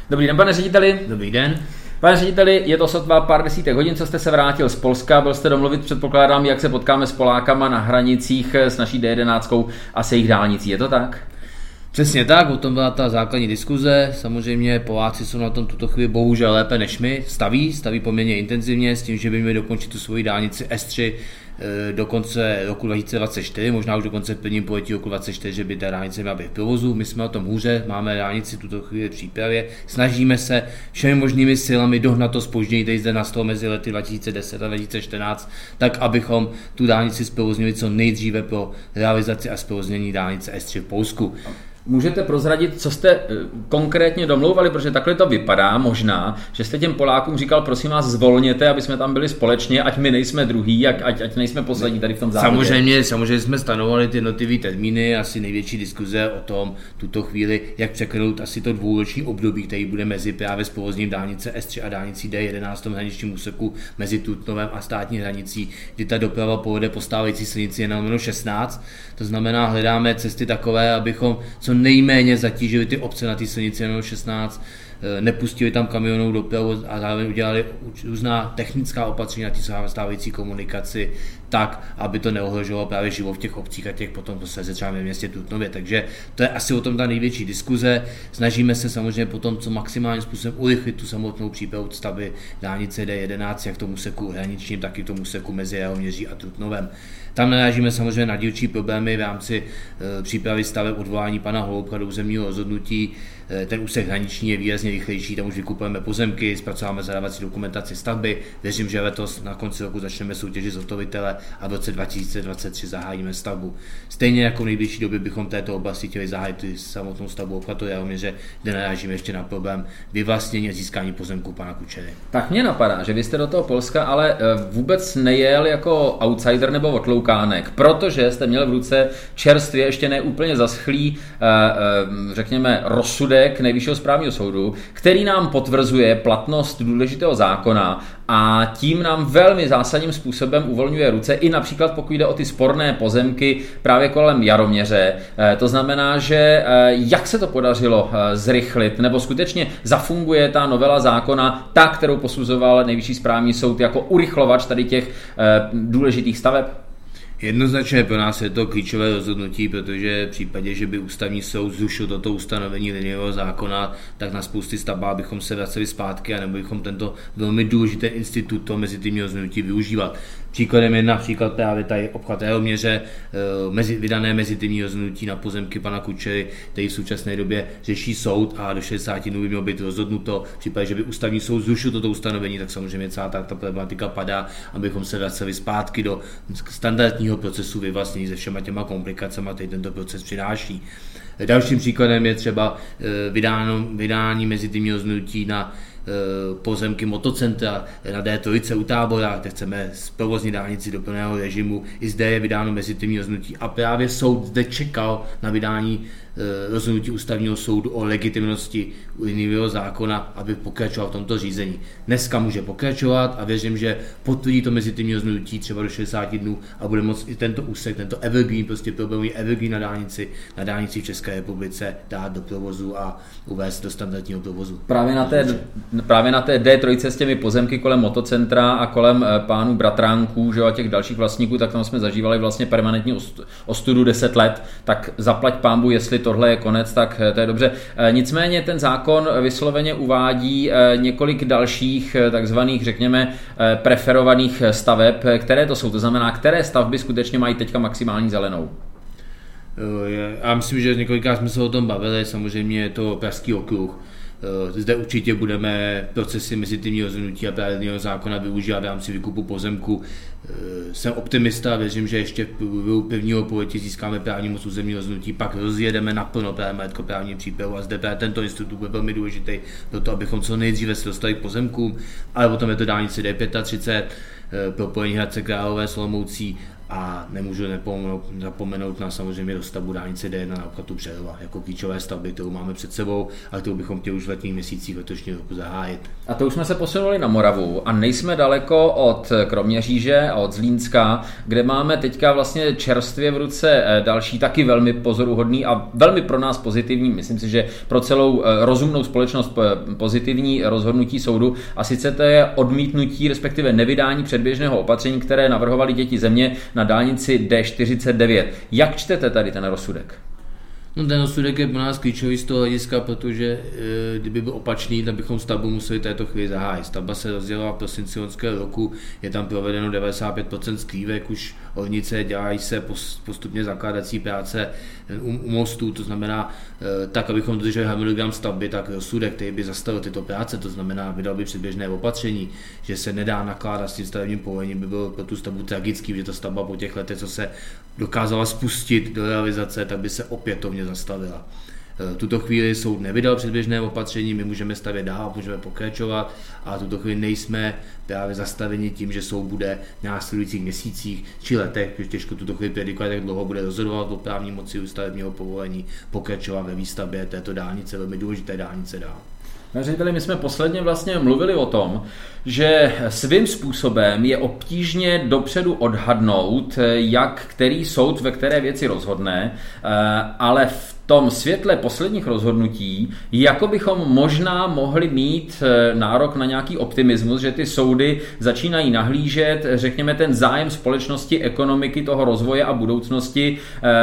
Dobrý den, pane řediteli. Dobrý den. Pane řediteli, je to sotva pár desítek hodin, co jste se vrátil z Polska. Byl jste domluvit, předpokládám, jak se potkáme s Polákama na hranicích s naší D11 a se jejich dálnicí. Je to tak? Přesně tak, o tom byla ta základní diskuze. Samozřejmě Poláci jsou na tom tuto chvíli bohužel lépe než my. Staví poměrně intenzivně s tím, že by měli dokončit tu svoji dálnici S3 do konce roku 2024, možná už do konce prvním poletí roku 2024, že by ta dálnice měla být v provozu. My jsme o tom hůře, máme dálnici tuto chvíli v přípravě. Snažíme se všemi možnými silami dohnat to zpoždění, který zde nastalo mezi lety 2010 a 2014, tak abychom tu dálnici zprovoznili co nejdříve pro realizaci a zprovoznění dálnice S3 v Polsku. Můžete prozradit, co jste konkrétně domlouvali, protože takhle to vypadá možná, že jste těm Polákům říkal, prosím vás, zvolněte, aby jsme tam byli společně, ať my nejsme druhý, ať nejsme poslední tady v tom závodě. Samozřejmě jsme stanovali ty jednotlivé termíny, asi největší diskuze o tom tuto chvíli, jak překlenout asi to dvouroční období, který bude mezi právě zprovozněním dálnice S3 a dálnicí D11 v tom hraničním úseku mezi Trutnovem a státní hranicí, kdy ta doprava povede po stávající silnici jen 16. To znamená, hledáme cesty takové, abychom co nejméně zatížili ty obce na té silnici N16, nepustili tam kamionovou dopravu a zároveň udělali různá technická opatření na té stávající komunikaci tak, aby to neohrožovalo právě život v těch obcích a těch potom posledně třeba ve městě Trutnově. Takže to je asi o tom ta největší diskuze. Snažíme se samozřejmě potom co maximálním způsobem urychlit tu samotnou přípravu stavby dálnice D11, jak v tom úseku hraničním, tak i v tom úseku mezi Jaroměří a Trutnovem. Tam narážíme samozřejmě na dílčí problémy v rámci přípravy staveb odvolání pana Holoubka do územního rozhodnutí. Ten úsek hraniční je výrazně rychlejší, tam už vykupujeme pozemky, zpracováme zadávací dokumentaci stavby. Věřím, že letos na konci roku začneme soutěžit zhotovitele a v roce 2023 zahájíme stavbu. Stejně jako v nejbližší době bychom této oblasti chtěli zahájit samotnou stavbu obchvatu Jaroměře, kde narážíme ještě na problém vyvlastnění a získání pozemku pana Kučery. Tak mě napadá, že vy jste do toho Polska ale vůbec nejel jako outsider nebo otloukánek, protože jste měl v ruce čerstvě, ještě ne úplně zaschlý, řekněme, rozsudek Nejvyššího správního soudu, který nám potvrzuje platnost důležitého zákona a tím nám velmi zásadním způsobem uvolňuje ruce, i například pokud jde o ty sporné pozemky právě kolem Jaroměře. To znamená, že jak se to podařilo zrychlit, nebo skutečně zafunguje ta novela zákona, ta, kterou posuzoval Nejvyšší správní soud jako urychlovač tady těch důležitých staveb? Jednoznačně pro nás je to klíčové rozhodnutí, protože v případě, že by ústavní soud zrušil toto ustanovení liniového zákona, tak na spousty stavbách bychom se vraceli zpátky a nebo bychom tento velmi důležitý institut toho mezitímního rozhodnutí využívat. Příkladem je například právě tady obchvat Jaroměře, vydané mezitímní rozhodnutí na pozemky pana Kučery, který v současné době řeší soud a do 60 dnů by mělo být rozhodnuto. V případě, že by ústavní soud zrušil toto ustanovení, tak samozřejmě celá ta problematika padá, abychom se vraceli zpátky do standardního procesu vyvlastnění se všema těma komplikacemi, který tento proces přináší. Dalším příkladem je třeba vydání mezitímního rozhodnutí na pozemky motocentra na D3 u Tábora, kde chceme zprovoznit dálnici do plného režimu. I zde je vydáno mezitímní rozhodnutí a právě soud zde čekal na vydání rozhodnutí ústavního soudu o legitimnosti liniového zákona, aby pokračoval v tomto řízení. Dneska může pokračovat a věřím, že potvrdí to mezitímní rozhodnutí třeba do 60 dnů a bude moct i tento úsek, tento evergreen, prostě problémový evergreen na dálnici v České republice dát do provozu a uvést do standardního provozu. Právě na té D3 s těmi pozemky kolem motocentra a kolem pánů Bratránků, že a těch dalších vlastníků, tak tam jsme zažívali vlastně permanentní ostudu 10 let, tak zaplať pánbu, jestli tohle je konec, tak to je dobře. Nicméně ten zákon vysloveně uvádí několik dalších takzvaných, řekněme, preferovaných staveb, které to jsou, to znamená, které stavby skutečně mají teďka maximální zelenou. Já myslím, že několikrát jsme se o tom bavili, samozřejmě je to Pražský okruh. Zde určitě budeme procesy mezitímního rozhodnutí a právního zákona využívat v rámci výkupu pozemku. Jsem optimista, věřím, že ještě v prvního poletí získáme právní moc územního rozhodnutí, pak rozjedeme naplno právě majetkoprávní přípravu a zde právě tento institut bude velmi důležitý pro to, abychom co nejdříve se dostali k pozemkům, ale potom je to dálnice D35, propojení Hradce Králové s Olomoucí A nemůžu zapomenout na samozřejmě dostavbu dálnice D1 na obchvatu Přerova jako klíčové stavby, kterou máme před sebou a kterou bychom chtěli už v letních měsících letošního roku zahájit. A to už jsme se posunuli na Moravu a nejsme daleko od Kroměříže a od Zlínska, kde máme teďka vlastně čerstvě v ruce další taky velmi pozoruhodný a velmi pro nás pozitivní, myslím si, že pro celou rozumnou společnost pozitivní rozhodnutí soudu, a sice to je odmítnutí, respektive nevydání předběžného opatření, které navrhovali Děti země na dálnici D49. Jak čtete tady ten rozsudek? No, ten rozsudek je pro nás klíčový z toho hlediska, protože kdyby byl opačný, tak bychom stavbu museli této chvíli zahájit. Stavba se rozdělala v prosinci loňského roku, je tam provedeno 95% skrývek, už ornice, dělají se postupně zakládací práce u mostů, to znamená tak, abychom dodrželi harmonogram stavby, tak rozsudek, který by zastavil tyto práce, to znamená vydal by předběžné opatření, že se nedá nakládat s tím stavebním povolením, by byl pro tu stavbu tragický, protože ta stavba po těch letech, co se dokázala spustit do realizace, tak by se opětovně zastavila. Tuto chvíli soud nevydal předběžné opatření, my můžeme stavět dál, můžeme pokračovat a tuto chvíli nejsme právě zastaveni tím, že soud bude v následujících měsících či letech, protože těžko tuto chvíli predikovat, jak dlouho bude rozhodovat o právní moci u stavebního povolení, pokračovat ve výstavbě této dálnice, velmi důležité dálnice dál. Řediteli, my jsme posledně vlastně mluvili o tom, že svým způsobem je obtížně dopředu odhadnout, jak který soud ve které věci rozhodne, ale v tom světle posledních rozhodnutí, jako bychom možná mohli mít nárok na nějaký optimismus, že ty soudy začínají nahlížet, řekněme, ten zájem společnosti, ekonomiky, toho rozvoje a budoucnosti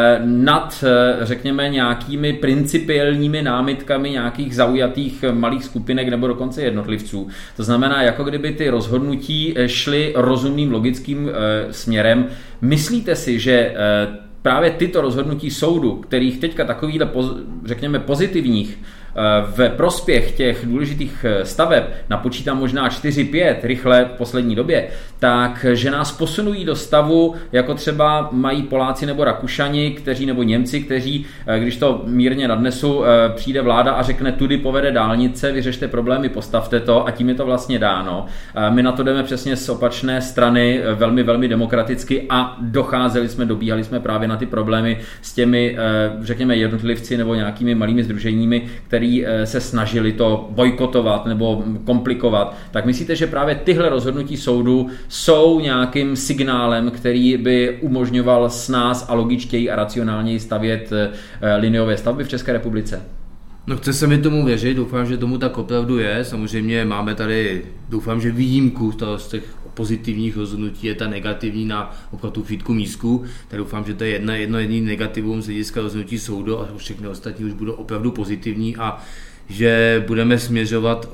nad, řekněme, nějakými principiálními námitkami nějakých zaujatých malých skupinek nebo dokonce jednotlivců. To znamená, jako kdyby ty rozhodnutí šly rozumným, logickým směrem. Myslíte si, že právě tyto rozhodnutí soudu, kterých teďka takovýhle, řekněme, pozitivních ve prospěch těch důležitých staveb napočítám možná 4-5 rychle v poslední době, tak že nás posunují do stavu, jako třeba mají Poláci nebo Rakušani, kteří nebo Němci, kteří, když to mírně nadnesu, přijde vláda a řekne, tudy povede dálnice, vyřešte problémy, postavte to a tím je to vlastně dáno. My na to jdeme přesně z opačné strany velmi, velmi demokraticky a dobíhali jsme právě na ty problémy s těmi, řekněme, jednotlivci nebo nějakými malými sdruženími, který se snažili to bojkotovat nebo komplikovat. Tak myslíte, že právě tyhle rozhodnutí soudu jsou nějakým signálem, který by umožňoval s nás a logičtěji a racionálněji stavět liniové stavby v České republice? No, chce se mi tomu věřit, doufám, že tomu tak opravdu je. Samozřejmě máme tady, doufám, že výjimku z těch pozitivních rozhodnutí je ta negativní na obchvatu Frýdku Mísku. Tak doufám, že to je jedno jediné negativum z hlediska rozhodnutí soudu a všechny ostatní už budou opravdu pozitivní a že budeme směřovat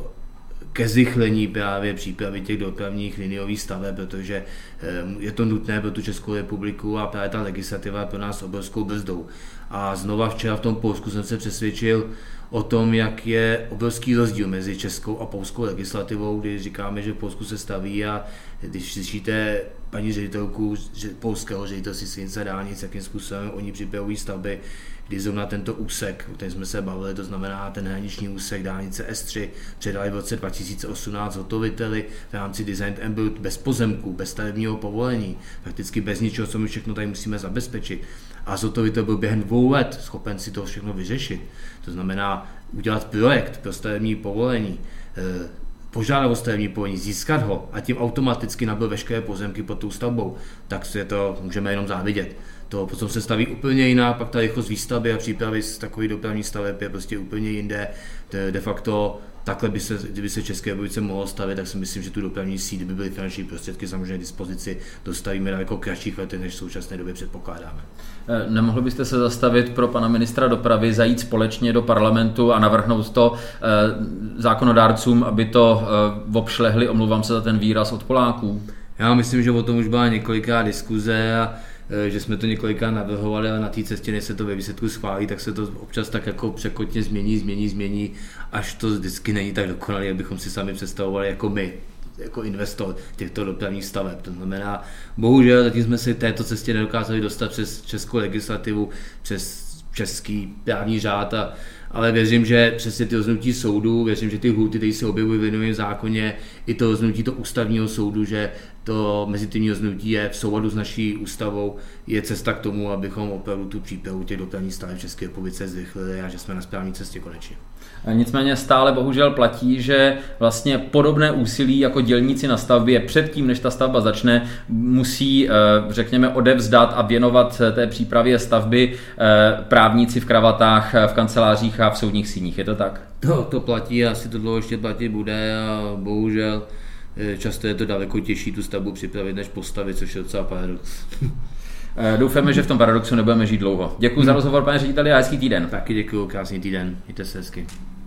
ke zrychlení právě přípravy těch dopravních liniových staveb, protože je to nutné pro tu Českou republiku a právě ta legislativa je pro nás obrovskou brzdou. A znova včera v tom Polsku jsem se přesvědčil o tom, jak je obrovský rozdíl mezi českou a polskou legislativou, kdy říkáme, že v Polsku se staví a když slyšíte paní ředitelku polského ředitelství silnic a dálnic, jakým způsobem oni připravují stavby, kdy zrovna tento úsek, o kterém jsme se bavili, to znamená ten hraniční úsek dálnice S3, předali v roce 2018 hotoviteli v rámci Design and Build bez pozemku, bez stavebního povolení, prakticky bez ničeho, co my všechno tady musíme zabezpečit. A zhotovitel byl během 2 let schopen si to všechno vyřešit. To znamená udělat projekt pro stavební povolení, požádat o stavební povolení, získat ho a tím automaticky nabyl veškeré pozemky pod tou stavbou, tak se to můžeme jenom závidět. To potom se staví úplně jiná, pak ta rychlost výstavby a přípravy z takových dopravních staveb je prostě úplně jinde. De facto takhle kdyby se České republice mohlo stavět, tak si myslím, že tu dopravní síť, kdyby byly finanční prostředky samozřejmě k dispozici, dostavíme daleko kratších letech, než v současné době předpokládáme. Nemohli byste se zastavit pro pana ministra dopravy, zajít společně do parlamentu a navrhnout to zákonodárcům, aby to obšlehli, omlouvám se za ten výraz, od Poláků? Já myslím, že o tom už byla několikrát diskuze a že jsme to několikrát navrhovali, ale na té cestě, než se to ve výsledku schválí, tak se to občas tak jako překotně změní, až to vždycky není tak dokonalé, jak bychom si sami představovali jako my, jako investor těchto dopravních staveb. To znamená, bohužel zatím jsme si této cestě nedokázali dostat přes českou legislativu, přes český právní řád ale věřím, že přesně ty rozhodnutí soudu, věřím, že ty lhůty, které se objevují v lidovém zákoně, i to rozhodnutí to ústavního soudu, že to mezitímní rozhodnutí je v souladu s naší ústavou, je cesta k tomu, abychom opravdu tu přípravu těch dopravních staveb v České republice zrychlili a že jsme na správné cestě konečně. Nicméně stále bohužel platí, že vlastně podobné úsilí jako dělníci na stavbě předtím, než ta stavba začne, musí, řekněme, odevzdat a věnovat té přípravě stavby právníci v kravatách, v kancelářích a v soudních síních. Je to tak? To platí a asi to dlouho ještě platit bude a bohužel často je to daleko těžší tu stavbu připravit, než postavit, což je docela paradox. Doufáme, že v tom paradoxu nebudeme žít dlouho. Děkuji za rozhovor, pane řediteli, a hezký týden. Taky děkuji, krásný týden, mějte se hezky.